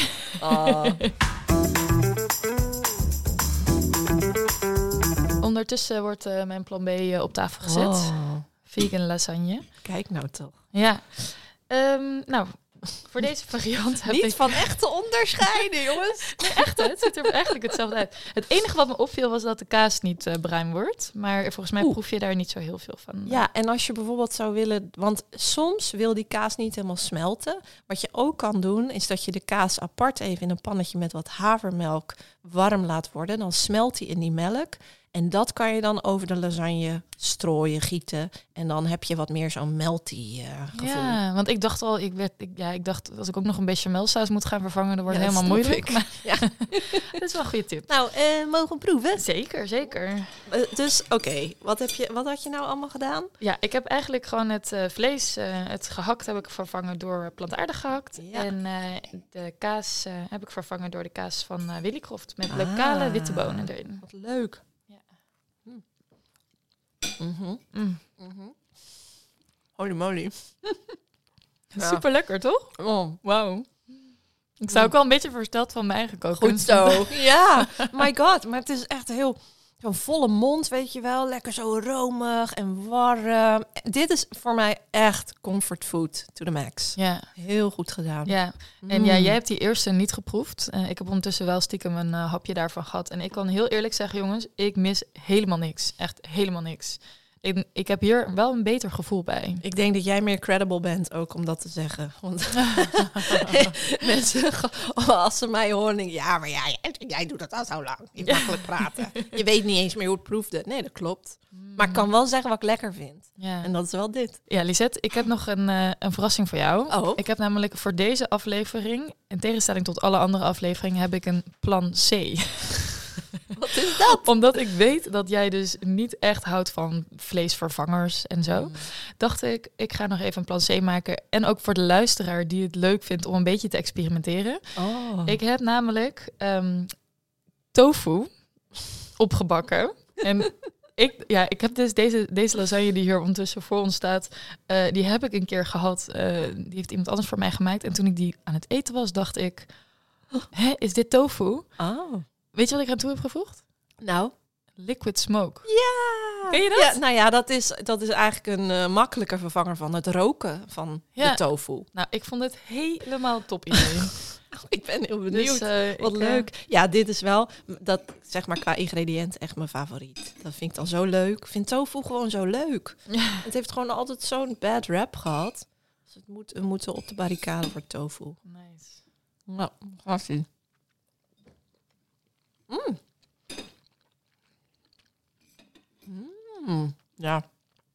Ondertussen wordt mijn plan B op tafel gezet. Vegan lasagne. Kijk nou toch. Ja. Nou, voor deze variant heb Niet ik... van echt te onderscheiden, jongens. Nee, echt, hè? Het ziet er eigenlijk hetzelfde uit. Het enige wat me opviel was dat de kaas niet bruin wordt. Maar volgens mij proef je daar niet zo heel veel van. Ja, en als je bijvoorbeeld zou willen... Want soms wil die kaas niet helemaal smelten. Wat je ook kan doen, is dat je de kaas apart even in een pannetje met wat havermelk warm laat worden. Dan smelt die in die melk. En dat kan je dan over de lasagne strooien, gieten. En dan heb je wat meer zo'n melty gevoel. Ja, want ik dacht al, ik dacht als ik ook nog een bechamelsaus moet gaan vervangen, dan wordt het helemaal moeilijk. Maar, ja. Dat is wel een goede tip. Nou, mogen we proeven? Zeker. Dus oké, wat had je nou allemaal gedaan? Ja, ik heb eigenlijk gewoon het vlees, het gehakt heb ik vervangen door plantaardig gehakt. Ja. En de kaas heb ik vervangen door de kaas van Willy Croft met lokale witte bonen erin. Wat leuk. Holy moly. Super lekker, toch? Oh. Wauw. Ik zou ook wel een beetje versteld van mijn eigen kookkunst. Goed zo. Ja, my god. Maar het is echt heel... Zo'n volle mond, weet je wel. Lekker zo romig en warm. Dit is voor mij echt comfort food to the max. Ja. Heel goed gedaan. Ja. En ja, jij hebt die eerste niet geproefd. Ik heb ondertussen wel stiekem een hapje daarvan gehad. En ik kan heel eerlijk zeggen, jongens, ik mis helemaal niks. Echt helemaal niks. Ik heb hier wel een beter gevoel bij. Ik denk dat jij meer credible bent ook om dat te zeggen. Want mensen, als ze mij horen, denken, ja, maar jij doet dat al zo lang. Niet makkelijk praten. Je weet niet eens meer hoe het proefde. Nee, dat klopt. Maar ik kan wel zeggen wat ik lekker vind. Ja. En dat is wel dit. Ja, Lisette, ik heb nog een verrassing voor jou. Oh. Ik heb namelijk voor deze aflevering, in tegenstelling tot alle andere afleveringen, heb ik een plan C. Wat is dat? Omdat ik weet dat jij dus niet echt houdt van vleesvervangers en zo. Dacht ik ga nog even een plan C maken. En ook voor de luisteraar die het leuk vindt om een beetje te experimenteren. Oh. Ik heb namelijk tofu opgebakken. En ik heb dus deze lasagne die hier ondertussen voor ons staat, die heb ik een keer gehad. Die heeft iemand anders voor mij gemaakt. En toen ik die aan het eten was, dacht ik, is dit tofu? Oh. Weet je wat ik aan toe heb gevoegd? Nou? Liquid smoke. Ja! Ken je dat? Ja, nou ja, dat is eigenlijk een makkelijke vervanger van het roken van de tofu. Nou, ik vond het helemaal top idee. Ik ben heel benieuwd. Dus, wat leuk. Ja, dit is wel, dat zeg maar qua ingrediënt echt mijn favoriet. Dat vind ik dan zo leuk. Ik vind tofu gewoon zo leuk. Ja. Het heeft gewoon altijd zo'n bad rap gehad. Dus we moeten op de barricade voor tofu. Nice. Nou, gaat ie. Ja.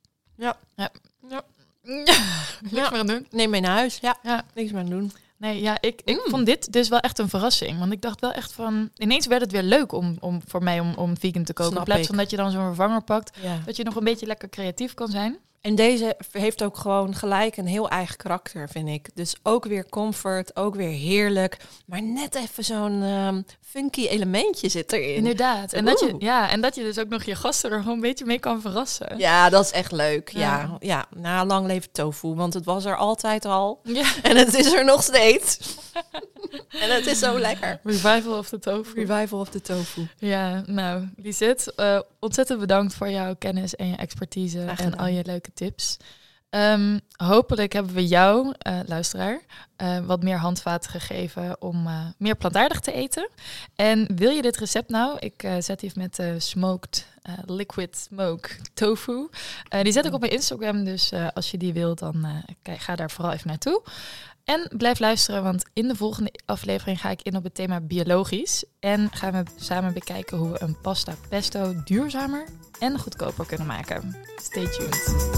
Niks meer aan doen. Neem mee naar huis. Ja. Niks meer aan doen. Nee, ja, ik vond dit dus wel echt een verrassing. Want ik dacht wel echt van... Ineens werd het weer leuk voor mij om vegan te koken. Snap in plaats ik. van dat je dan zo'n vervanger pakt. Ja. Dat je nog een beetje lekker creatief kan zijn. En deze heeft ook gewoon gelijk een heel eigen karakter, vind ik. Dus ook weer comfort, ook weer heerlijk. Maar net even zo'n funky elementje zit erin. Inderdaad. En dat je dus ook nog je gasten er gewoon een beetje mee kan verrassen. Ja, dat is echt leuk. Ja. Ja. Nou, lang leven tofu, want het was er altijd al. Ja. En het is er nog steeds. En het is zo lekker. Revival of the tofu. Revival of the tofu. Ja, nou, Lisette, ontzettend bedankt voor jouw kennis en je expertise en al je leuke tips. Hopelijk hebben we jou, luisteraar, wat meer handvaten gegeven om meer plantaardig te eten. En wil je dit recept nou? Ik zet hier met smoked, liquid smoke tofu. Die zet ik op mijn Instagram, dus als je die wilt, dan ga daar vooral even naartoe. En blijf luisteren, want in de volgende aflevering ga ik in op het thema biologisch. En gaan we samen bekijken hoe we een pasta pesto duurzamer en goedkoper kunnen maken. Stay tuned.